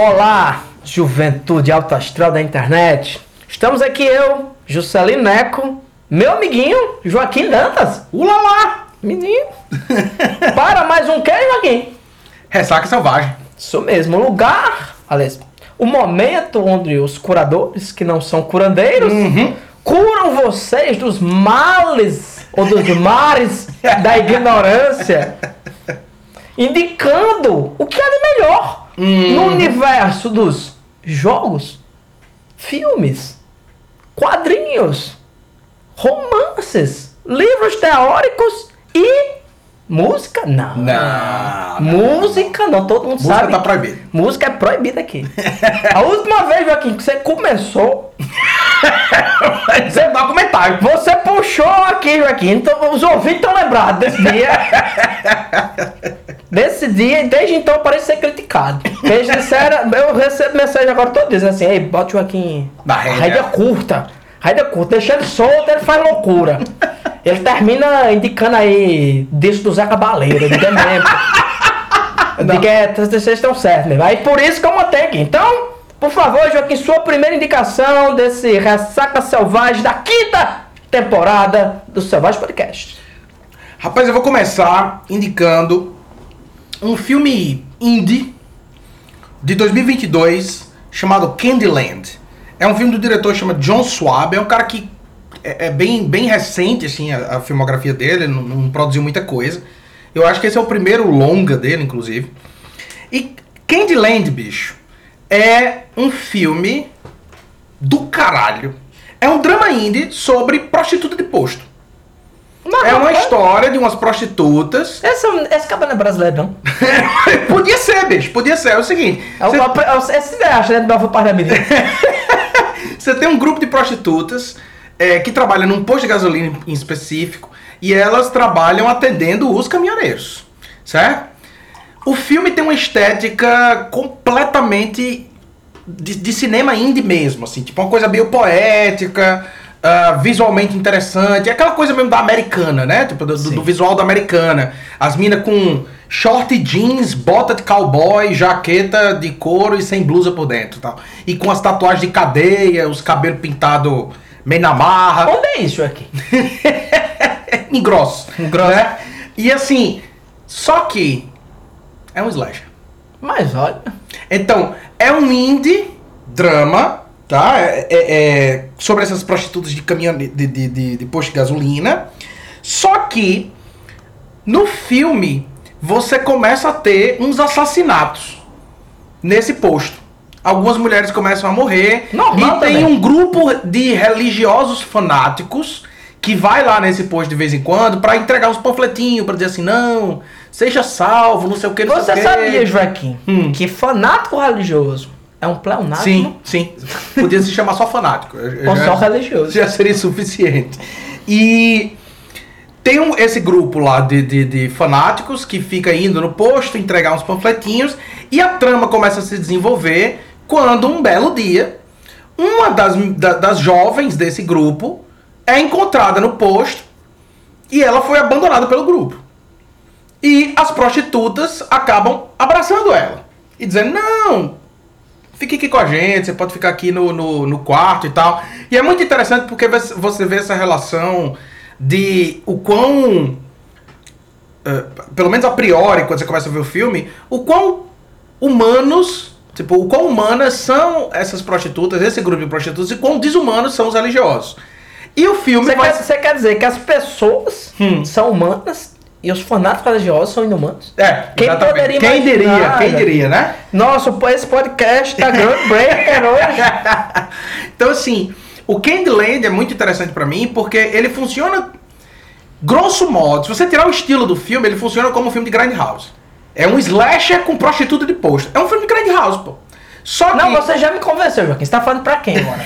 Olá, juventude alto astral da internet. Estamos aqui eu, Juscelino Neco, meu amiguinho Joaquim Dantas. Ulalá! Menino. Para mais um que, Joaquim? Ressaca Selvagem. Isso mesmo, o lugar, aliás, o momento onde os curadores, que não são curandeiros, curam vocês dos males ou dos mares da ignorância, indicando o que há de melhor no universo dos jogos, filmes, quadrinhos, romances, livros teóricos e música. Não. Música não, todo mundo Música sabe. tá proibida. Música é proibida aqui. A última vez, Joaquim, que você começou... Isso é um documentário. Você puxou aqui, Joaquim, então os ouvintes estão lembrados desse dia. Desse dia, e desde então parece ser criticado. Eles disseram, eu recebo mensagem agora todo dizendo assim: ei, bota o Joaquim Na a rédea. rédea curta, deixa ele solto, ele faz loucura. Ele termina indicando aí disco do Zé Cabaleiro, eu digo, é mesmo. Eu digo, vocês estão certos mesmo. Aí por isso que eu mantenho aqui. Então, por favor, Joaquim, sua primeira indicação desse Ressaca Selvagem da 5ª temporada do Selvagem Podcast. Rapaz, eu vou começar indicando um filme indie de 2022 chamado Candyland. É um filme do diretor chamado John Swab. É um cara que é bem recente, assim, a filmografia dele. Não produziu muita coisa. Eu acho que esse é o primeiro longa dele, inclusive. E Candyland, bicho, é um filme do caralho. É um drama indie sobre prostituta de posto. É uma história de umas prostitutas. Esse cabelo não é brasileiro, não? Podia ser, bicho, podia ser. É o seguinte. Esse você acha, né? Do Nova Parnamirim. Você tem um grupo de prostitutas que trabalham num posto de gasolina em específico. E elas trabalham atendendo os caminhoneiros. Certo? O filme tem uma estética completamente de cinema indie mesmo. Assim, tipo uma coisa meio poética. Visualmente interessante, é aquela coisa mesmo da americana, né? Tipo, do visual da americana. As minas com short jeans, bota de cowboy, jaqueta de couro e sem blusa por dentro, tal. E com as tatuagens de cadeia, os cabelos pintados meio na marra. Onde é isso aqui? Em grosso. Né? E assim, só que é um slasher. Mas olha... Então, é um indie drama, tá? Sobre essas prostitutas de caminhão de posto de gasolina. Só que no filme você começa a ter uns assassinatos nesse posto. Algumas mulheres começam a morrer. Normal e tem também. um grupo de religiosos fanáticos que vai lá nesse posto de vez em quando pra entregar uns panfletinhos, pra dizer assim, não, seja salvo, não sei o que, não sei o Você que. sabia, Joaquim, que fanático religioso é um pleonasmo? Sim. Podia se chamar só fanático. Ou só religioso. Já seria suficiente. E tem esse grupo lá de fanáticos que fica indo no posto entregar uns panfletinhos. E a trama começa a se desenvolver quando um belo dia uma das jovens desse grupo é encontrada no posto e ela foi abandonada pelo grupo. E as prostitutas acabam abraçando ela e dizendo, não, fique aqui com a gente, você pode ficar aqui no quarto e tal. E é muito interessante porque você vê essa relação de o quão, pelo menos a priori, quando você começa a ver o filme, o quão humanos, tipo, o quão humanas são essas prostitutas, esse grupo de prostitutas, e quão desumanos são os religiosos. E o filme Você quer dizer que as pessoas são humanas e os fanáticos religiosos são inumanos? Quem poderia imaginar, Quem diria, né? Nossa, esse podcast tá groundbreaker hoje. Então, assim, o Candyland é muito interessante pra mim porque ele funciona, grosso modo, se você tirar o estilo do filme, ele funciona como um filme de Grindhouse. É um slasher com prostituta de posto. É um filme de Grindhouse, pô. Só que... Não, você já me convenceu, Joaquim. Você tá falando pra quem agora?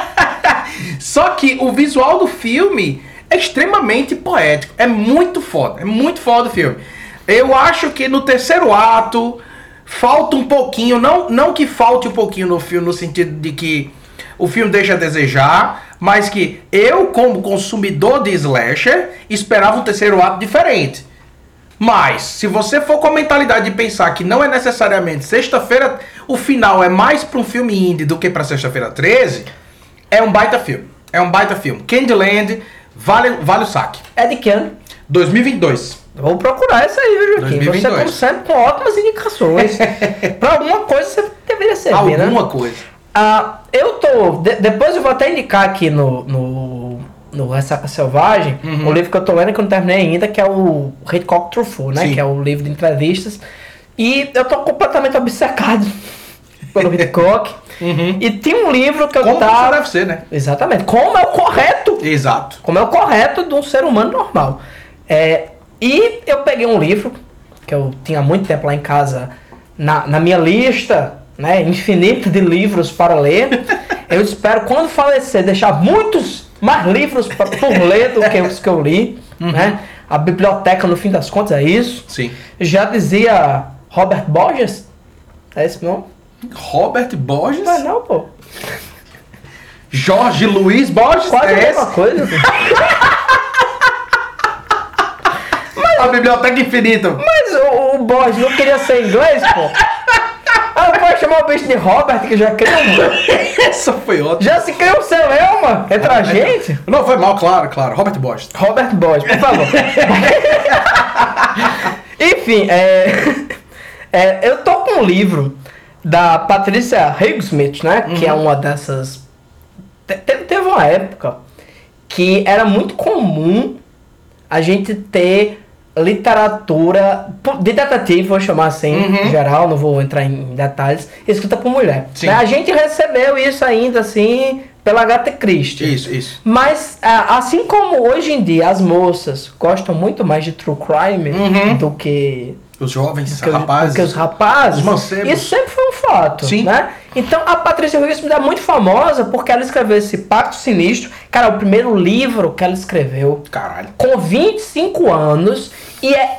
Só que o visual do filme é extremamente poético. É muito foda o filme. Eu acho que no terceiro ato falta um pouquinho, não que falte um pouquinho no filme, no sentido de que o filme deixa a desejar, mas que eu, como consumidor de slasher, esperava um terceiro ato diferente. Mas, se você for com a mentalidade de pensar que não é necessariamente sexta-feira, o final é mais pra um filme indie do que pra sexta-feira 13, é um baita filme. É um baita filme. Candyland, vale o saque. É de que ano? 2022. Vou procurar isso aí, viu, Joaquim? 2022. Você, como sempre, com ótimas indicações. Pra alguma coisa você deveria ser, né? Alguma coisa. Eu tô... depois eu vou até indicar aqui no Ressaca Selvagem, o livro que eu tô lendo, que eu não terminei ainda, que é o Hitchcock Truffaut, né? Sim. Que é o livro de entrevistas. E eu tô completamente obcecado pelo Hitchcock. E tem um livro que eu Como você deve ser, né? Exatamente. Como é o correto. Exato. Como é o correto de um ser humano normal. E eu peguei um livro, que eu tinha muito tempo lá em casa, na minha lista, né, infinita de livros para ler. Eu espero, quando falecer, deixar muitos mais livros por ler do que os que eu li. Né? A biblioteca, no fim das contas, é isso. Sim. Já dizia Robert Borges. É esse nome? Robert Borges? Não é não, pô. Jorge Luiz Borges? Quase a é mesma esse? coisa. A biblioteca infinita. Mas o Borges não queria ser inglês, pô. Eu posso chamar o bicho de Robert, que já criou Essa foi ótima. Já se criou um celeuma entre a gente? Não, foi mal, claro. Robert Borges. Robert Borges, por favor. Enfim, eu tô com um livro da Patricia Highsmith, né? Que é uma dessas... Teve uma época que era muito comum a gente ter literatura de detetive, vou chamar assim, em geral, não vou entrar em detalhes, escrita por mulher. Sim. Né? A gente recebeu isso ainda assim pela Agatha Christie. Isso. Mas, assim como hoje em dia as moças gostam muito mais de true crime do que Os jovens, rapazes, os rapazes, os mancebos. isso sempre foi um fato. Sim. Né? Então a Patricia Highsmith é muito famosa porque ela escreveu esse Pacto Sinistro, cara, o primeiro livro que ela escreveu, Caralho. com 25 anos, e é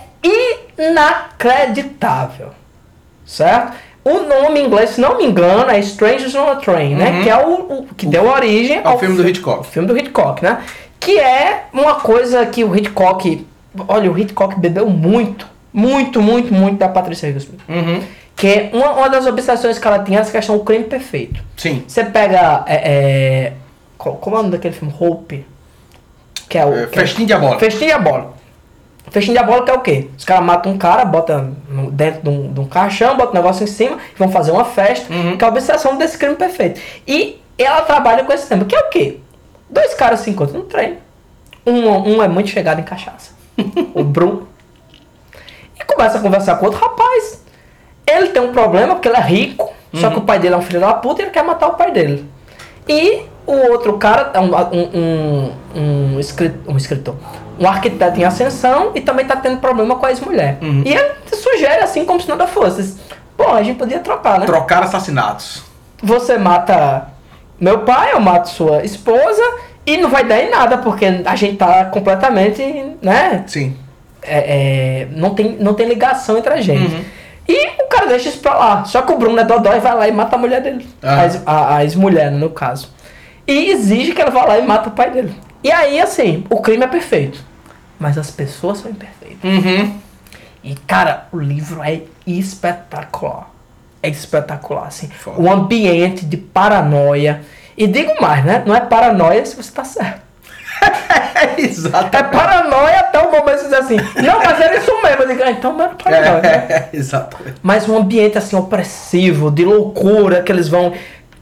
inacreditável, certo? O nome em inglês, se não me engano, é Strangers on a Train, né? Que é o que deu origem ao filme do Hitchcock. O filme do Hitchcock, né? Que é uma coisa que o Hitchcock... Olha, o Hitchcock bebeu muito da Patricia Highsmith. Que é uma das obsessões que ela tinha, essa questão do crime perfeito. Sim. Você pega... como é o nome daquele filme? Hope. Que é o... Festim Diabólico. Festim Diabólico. Festim Diabólico é o quê? Os caras matam um cara, botam dentro de um caixão, botam um negócio em cima, e vão fazer uma festa, que é a obsessão desse crime perfeito. E ela trabalha com esse tema, que é o quê? Dois caras se encontram no trem. Um é muito chegado em cachaça. O Bruno. E começa a conversar com outro rapaz. Ele tem um problema porque ele é rico, só que o pai dele é um filho da puta e ele quer matar o pai dele. E o outro cara é um escritor, um arquiteto em ascensão e também tá tendo problema com a ex-mulher. E ele sugere assim como se nada fosse. Pô, a gente podia trocar, né? Trocar assassinatos. Você mata meu pai, eu mato sua esposa e não vai dar em nada, porque a gente tá completamente, né? Sim. Não tem ligação entre a gente. E o cara deixa isso pra lá. Só que o Bruno é dodói e vai lá e mata a mulher dele. A ex-mulher, no caso. E exige que ela vá lá e mata o pai dele. E aí, assim, o crime é perfeito. Mas as pessoas são imperfeitas. E, cara, o livro é espetacular. É espetacular, assim. Foda. O ambiente de paranoia. E digo mais, né? Não é paranoia se você tá certo. Exatamente. É paranoia até o momento de dizer assim, não, mas era isso mesmo. Eu digo, então não era paranoia, né? Exatamente. Mas um ambiente assim opressivo, de loucura, que eles vão...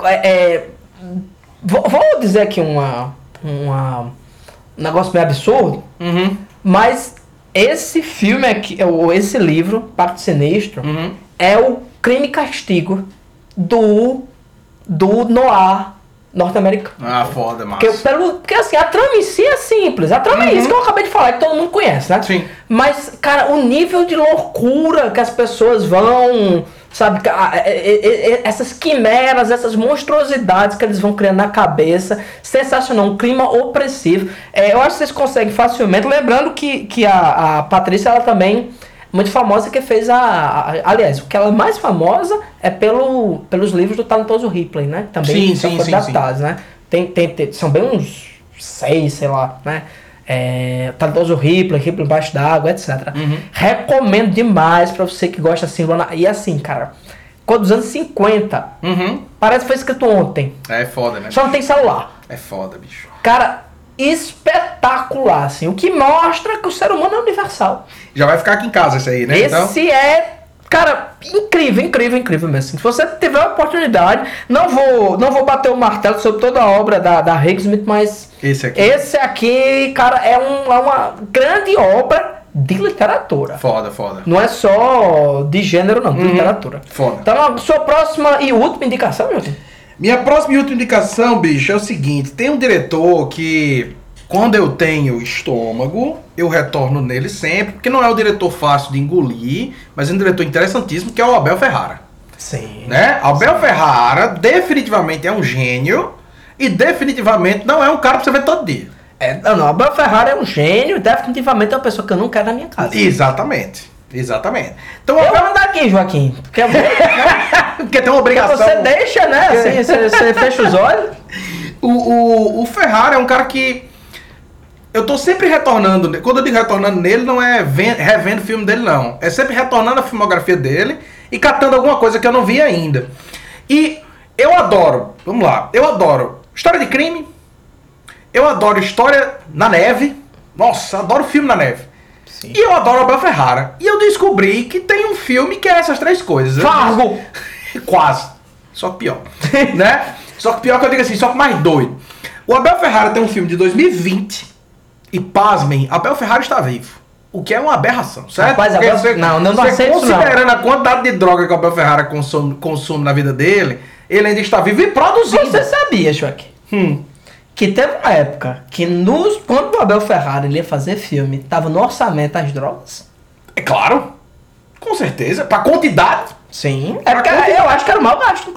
Vou dizer aqui um negócio meio absurdo, mas esse filme aqui, ou esse livro, Pacto Sinistro, é o crime e castigo do noir norte-americano. Ah, foda, massa. Porque assim, a trama em si é simples. A trama é isso que eu acabei de falar, que todo mundo conhece, né? Sim. Mas, cara, o nível de loucura que as pessoas vão, sabe? Essas quimeras, essas monstruosidades que eles vão criando na cabeça. Sensacional, um clima opressivo. Eu acho que vocês conseguem facilmente. Lembrando que a Patrícia, ela também... muito famosa, que fez aliás, o que ela é mais famosa é pelos livros do talentoso Ripley, né? Também Sim, foram adaptados, né? São bem uns 6, sei lá, né? Talentoso Ripley Embaixo d'Água, etc. Recomendo demais pra você que gosta assim. E assim, cara, ficou dos anos 50. Parece que foi escrito ontem. É foda, né? Só não tem celular. É foda, bicho. Cara, espetacular, assim. O que mostra que o ser humano é universal. Já vai ficar aqui em casa esse aí, né? Esse é, cara, incrível mesmo. Se você tiver a oportunidade, não vou bater o martelo sobre toda a obra da Hicksmith, mas esse aqui, cara, é uma grande obra de literatura. Foda. Não é só de gênero, não, de literatura. Foda. Então, a sua próxima e última indicação, meu filho? Minha próxima e última indicação, bicho, é o seguinte. Tem um diretor que, quando eu tenho estômago, eu retorno nele sempre, porque não é um diretor fácil de engolir, mas é um diretor interessantíssimo, que é o Abel Ferrara. Sim. Né? Abel Ferrara definitivamente é um gênio e definitivamente não é um cara pra você ver todo dia. Não, Abel Ferrara é um gênio e definitivamente é uma pessoa que eu não quero na minha casa. Exatamente. Então, eu vou mandar aqui, Joaquim. Porque tem uma obrigação. Você deixa, né? Assim, você fecha os olhos. O Ferrara é um cara que eu tô sempre retornando. Quando eu digo retornando nele, não é revendo o filme dele, não. É sempre retornando a filmografia dele e catando alguma coisa que eu não vi ainda. E eu adoro, vamos lá, eu adoro história de crime, eu adoro história na neve. Nossa, adoro filme na neve. Sim. E eu adoro Abel Ferrara. E eu descobri que tem um filme que é essas três coisas. Fargo! Quase. Só que pior. Né? Só que pior que eu digo assim, só que mais doido. O Abel Ferrara tem um filme de 2020 e, pasmem, Abel Ferrara está vivo. O que é uma aberração, certo? Rapaz, não aceito isso não. Considerando a quantidade de droga que o Abel Ferrara consome na vida dele, ele ainda está vivo e produzindo. Você sabia, Joaquim? Que teve uma época que quando o Abel Ferrara ia fazer filme, tava no orçamento as drogas? É claro. Com certeza. Pra quantidade. Sim. Eu acho que era mal gasto.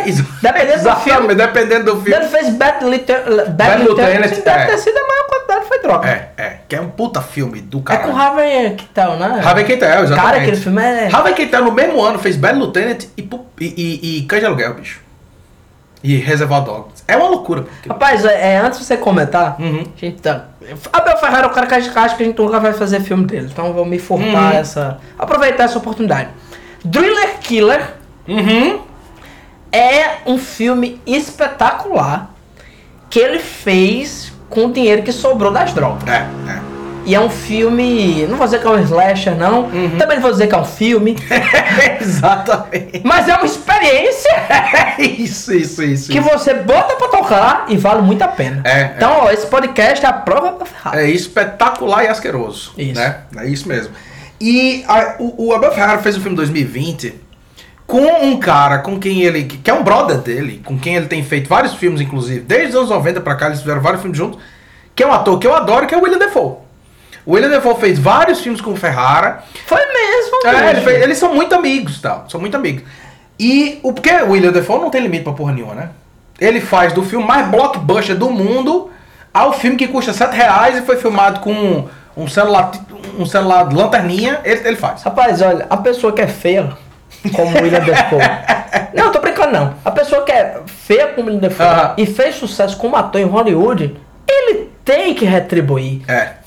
Dependendo do filme. Ele fez Bad Lieutenant. Deve ter sido a maior quantidade, foi droga. Que é um puta filme do cara. É com Harvey Keitel, né? Harvey Keitel, exatamente. Cara, aquele filme é... Harvey Keitel no mesmo ano fez Bad Lieutenant e Cães de Aluguel, bicho. E Reservoir Dogs. É uma loucura. Rapaz, antes de você comentar, Abel Ferrara é o cara que acha que a gente nunca vai fazer filme dele. Então vou me furtar aproveitar essa oportunidade. Driller Killer é um filme espetacular que ele fez com o dinheiro que sobrou das drogas. E é um filme, não vou dizer que é um slasher, não. Também não vou dizer que é um filme. Exatamente. Mas é uma experiência. Isso. Que você bota pra tocar e vale muito a pena. Então, esse podcast é a prova pra Ferrara. É espetacular e asqueroso. Isso. Né? É isso mesmo. E o Abel Ferrara fez um filme em 2020 com um cara com quem ele... que é um brother dele, com quem ele tem feito vários filmes, inclusive. Desde os anos 90 pra cá, eles fizeram vários filmes juntos. Que é um ator que eu adoro, que é o William Dafoe. O William Dafoe fez vários filmes com o Ferrara. Foi mesmo. Eles são muito amigos, tá? São muito amigos. E porque o William Dafoe não tem limite pra porra nenhuma, né? Ele faz do filme mais blockbuster do mundo ao filme que custa R$7 e foi filmado com um celular de lanterninha. Ele faz. Rapaz, olha, a pessoa que é feia como o William Dafoe... Não, tô brincando não. A pessoa que é feia como o William Dafoe e fez sucesso como ator em Hollywood, ele tem que retribuir.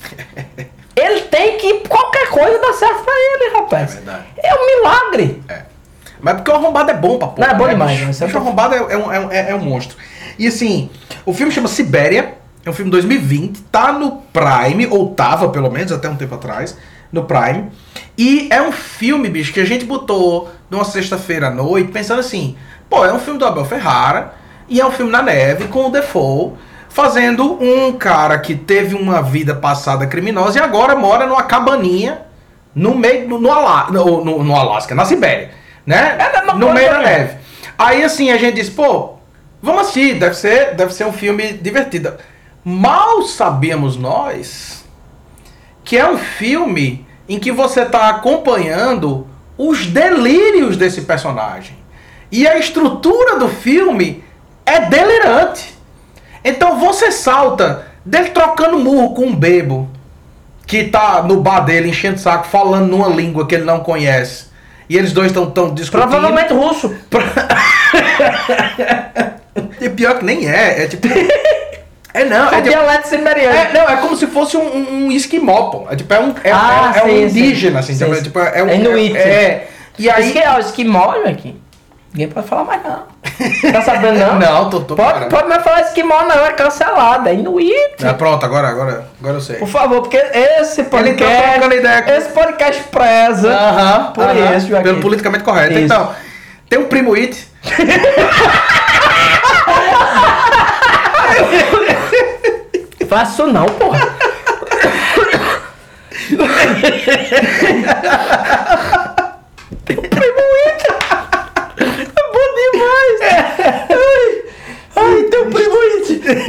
Ele tem que... Qualquer coisa dá certo pra ele, rapaz. É verdade. É um milagre. Mas porque o arrombado é bom pra porra. Não, é bom demais. O arrombado é um monstro. E assim, o filme chama Sibéria. É um filme de 2020. Tá no Prime, ou tava pelo menos até um tempo atrás, no Prime. E é um filme, bicho, que a gente botou numa sexta-feira à noite, pensando assim, pô, é um filme do Abel Ferrara, e é um filme na neve, com o Dafoe, fazendo um cara que teve uma vida passada criminosa e agora mora numa cabaninha no meio, no Alasca, na Sibéria, né? No meio da neve. Aí assim, a gente disse, pô, vamos assistir, deve ser um filme divertido. Mal sabemos nós que é um filme em que você está acompanhando os delírios desse personagem. E a estrutura do filme é delirante. Então você salta dele trocando murro com um bebo que tá no bar dele enchendo o saco, falando numa língua que ele não conhece. E eles dois estão discutindo. Provavelmente russo. E pior que nem é tipo... É dialeto siberiano. É como se fosse um esquimó, pô. É tipo, um indígena, assim. Sim. Tipo, é inuit. E aí... Esquimó, aqui. Ninguém pode falar mais, não. Tá sabendo, não? Não, tô pode mais falar esquimó, não. É cancelado. É inuit. Pronto, agora eu sei. Por favor, porque esse podcast preza por isso, Joaquim. Pelo politicamente correto. Isso. Então, tem um primo it. Faço não, porra. Tem um primo it. É bom demais. Ai, tem um primo it.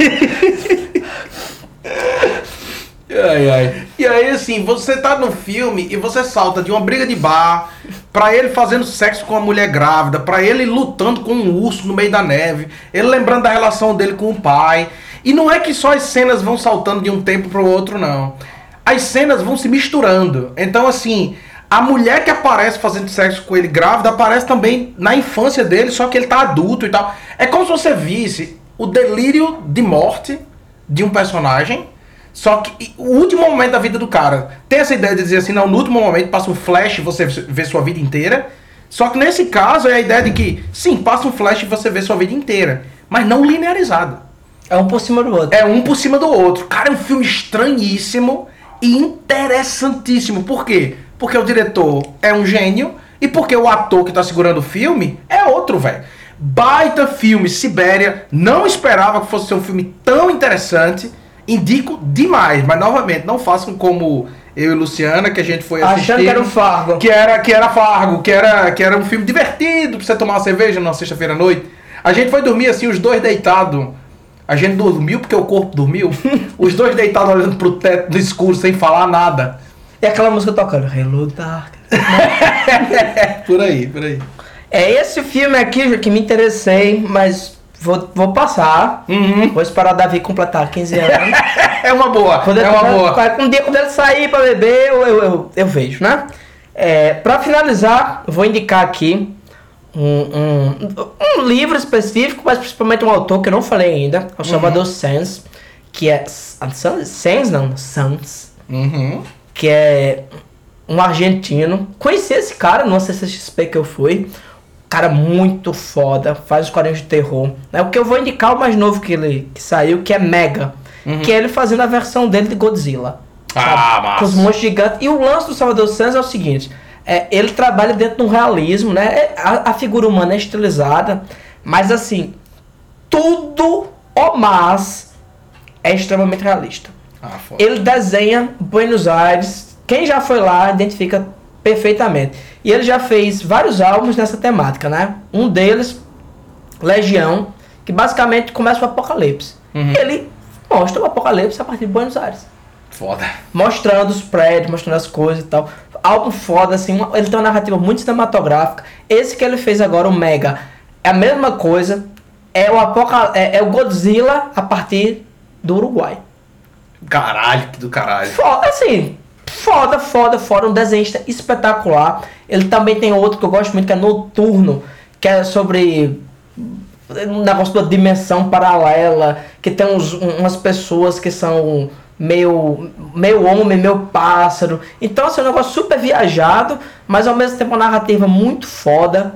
Ai. E aí, assim, você tá no filme e você salta de uma briga de bar pra ele fazendo sexo com uma mulher grávida, pra ele lutando com um urso no meio da neve, ele lembrando da relação dele com o pai. E não é que só as cenas vão saltando de um tempo pro outro, não. As cenas vão se misturando. Então, assim, a mulher que aparece fazendo sexo com ele grávida aparece também na infância dele, só que ele tá adulto e tal. É como se você visse o delírio de morte de um personagem, só que o último momento da vida do cara tem essa ideia de dizer assim, não, no último momento passa um flash e você vê sua vida inteira. Só que nesse caso é a ideia de que, sim, passa um flash e você vê sua vida inteira, mas não linearizado. É um por cima do outro. É um por cima do outro. Cara, é um filme estranhíssimo e interessantíssimo. Por quê? Porque o diretor é um gênio e porque o ator que tá segurando o filme é outro, velho. Baita filme, Sibéria. Não esperava que fosse ser um filme tão interessante. Indico demais, mas novamente, não façam como eu e Luciana, que a gente foi assistir. Achando que era um Fargo. Que era Fargo, que era um filme divertido pra você tomar uma cerveja na sexta-feira à noite. A gente foi dormir assim, os dois deitados. A gente dormiu porque o corpo dormiu. Os dois deitados olhando pro teto no escuro, sem falar nada. E aquela música tocando. Hello, Dark. Por aí. É esse filme aqui que me interessei, mas vou passar. Vou esperar o Davi completar 15 anos. É uma boa. Um dia quando ele sair pra beber, eu vejo, né? Pra finalizar, eu vou indicar aqui um livro específico, mas principalmente um autor que eu não falei ainda, é o Salvador Sanz, que é Sanz, que é um argentino. Conheci esse cara numa CCXP que eu fui, cara muito foda, faz os quadrinhos de terror. O que eu vou indicar o mais novo que saiu, que é Mega, que é ele fazendo a versão dele de Godzilla, massa. Com os monstros gigantes. E o lance do Salvador Sanz é o seguinte: ele trabalha dentro de um realismo, né? A figura humana é estilizada, mas assim, tudo o mais é extremamente realista. Ele desenha Buenos Aires, quem já foi lá identifica perfeitamente. E ele já fez vários álbuns nessa temática, né? Um deles, Legião, que basicamente começa o apocalipse. Ele mostra o apocalipse a partir de Buenos Aires. Foda. Mostrando os prédios, mostrando as coisas e tal. Álbum foda, assim, ele tem uma narrativa muito cinematográfica. Esse que ele fez agora, o Mega, é a mesma coisa. É o Godzilla a partir do Uruguai. Caralho, que do caralho. Foda, assim, foda. Um desenhista espetacular. Ele também tem outro que eu gosto muito, que é Noturno, que é sobre um negócio da dimensão paralela, que tem umas pessoas que são meio homem, meio pássaro. Então, assim, é um negócio super viajado, mas ao mesmo tempo uma narrativa muito foda.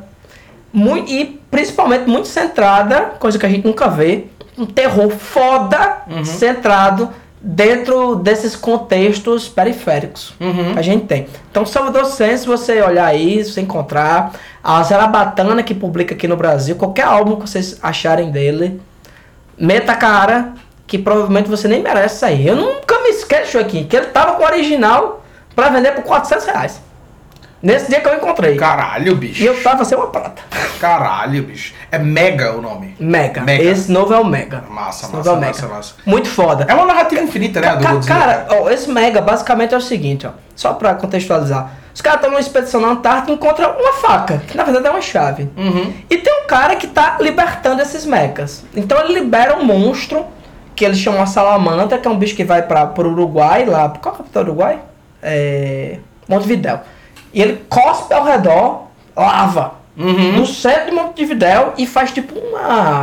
E principalmente muito centrada, coisa que a gente nunca vê, um terror foda, centrado dentro desses contextos periféricos que a gente tem. Então, Salvador Sanz, se você olhar aí, se você encontrar, a Zarabatana, que publica aqui no Brasil, qualquer álbum que vocês acharem dele, meta a cara, que provavelmente você nem merece sair. Eu nunca me esqueço aqui que ele tava com o original pra vender por R$400. Nesse dia que eu encontrei. Caralho, bicho. E eu tava sem uma prata. Caralho, bicho. É Mega o nome. Mega. Esse novo é o Mega. Massa. Muito foda. É uma narrativa infinita, né? Cara, esse Mega basicamente é o seguinte, ó. Só pra contextualizar. Os caras estão numa expedição na Antártica e encontram uma faca, que na verdade é uma chave. E tem um cara que tá libertando esses mechas. Então ele libera um monstro, que eles chamam a Salamandra, que é um bicho que vai pro Uruguai, lá. Qual é a capital do Uruguai? Montevidéu. E ele cospe ao redor lava. No centro de Montevidéu e faz tipo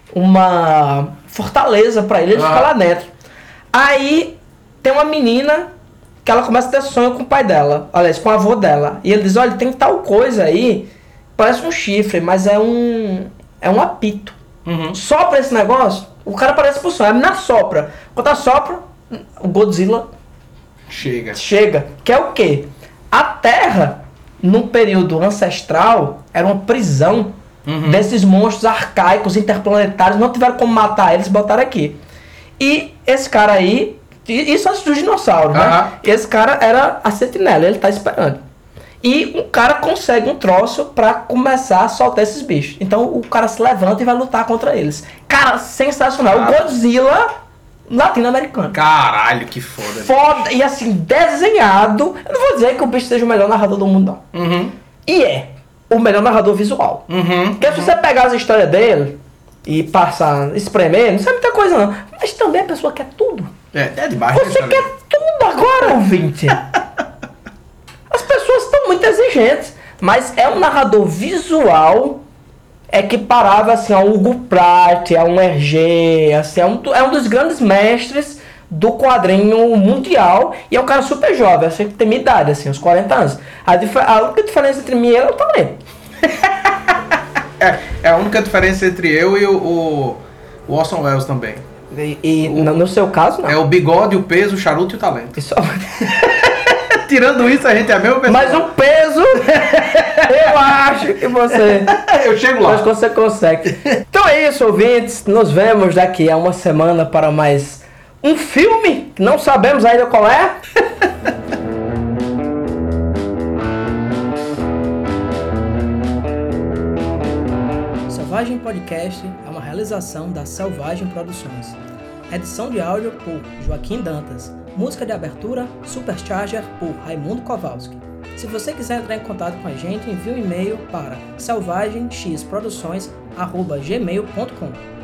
uma fortaleza pra ele ficar lá dentro. Aí tem uma menina que ela começa a ter sonho com o pai dela, aliás, com o avô dela. E ele diz, olha, tem tal coisa aí, parece um chifre, mas é um apito. Sopra esse negócio, o cara aparece pro sonho, a menina sopra. Quando ela sopra, o Godzilla chega. Que é o quê? A Terra, num período ancestral, era uma prisão desses monstros arcaicos, interplanetários, não tiveram como matar eles, botaram aqui. E esse cara aí, isso antes dos dinossauros, né? Esse cara era a sentinela, ele tá esperando. E um cara consegue um troço pra começar a soltar esses bichos. Então o cara se levanta e vai lutar contra eles. Cara, sensacional. O Godzilla latino-americano. Caralho, que foda. Foda. E assim, desenhado. Eu não vou dizer que o bicho seja o melhor narrador do mundo, não. E é o melhor narrador visual. Porque se você pegar as histórias dele e passar, espremer, não sabe muita coisa não. Mas também a pessoa quer tudo. É demais. Você quer tudo agora, ouvinte. As pessoas estão muito exigentes. Mas é um narrador visual equiparável assim, a Hugo Pratt, a um Hergé, assim, é um dos grandes mestres do quadrinho mundial. E é um cara super jovem, assim, que tem minha idade, assim, uns 40 anos. A única diferença entre mim e ele é o talento. É a única diferença entre eu e o Orson Welles também. No seu caso, não. É o bigode, o peso, o charuto e o talento. Tirando isso, a gente é a mesma pessoa. Mas o peso, eu acho que você... Eu chego lá. Acho que você consegue. Então é isso, ouvintes. Nos vemos daqui a uma semana para mais um filme que não sabemos ainda qual é. Selvagem Podcast é uma realização da Selvagem Produções. Edição de áudio por Joaquim Dantas. Música de abertura Supercharger por Raimundo Kowalski. Se você quiser entrar em contato com a gente, envie um e-mail para selvagemxproduções@gmail.com.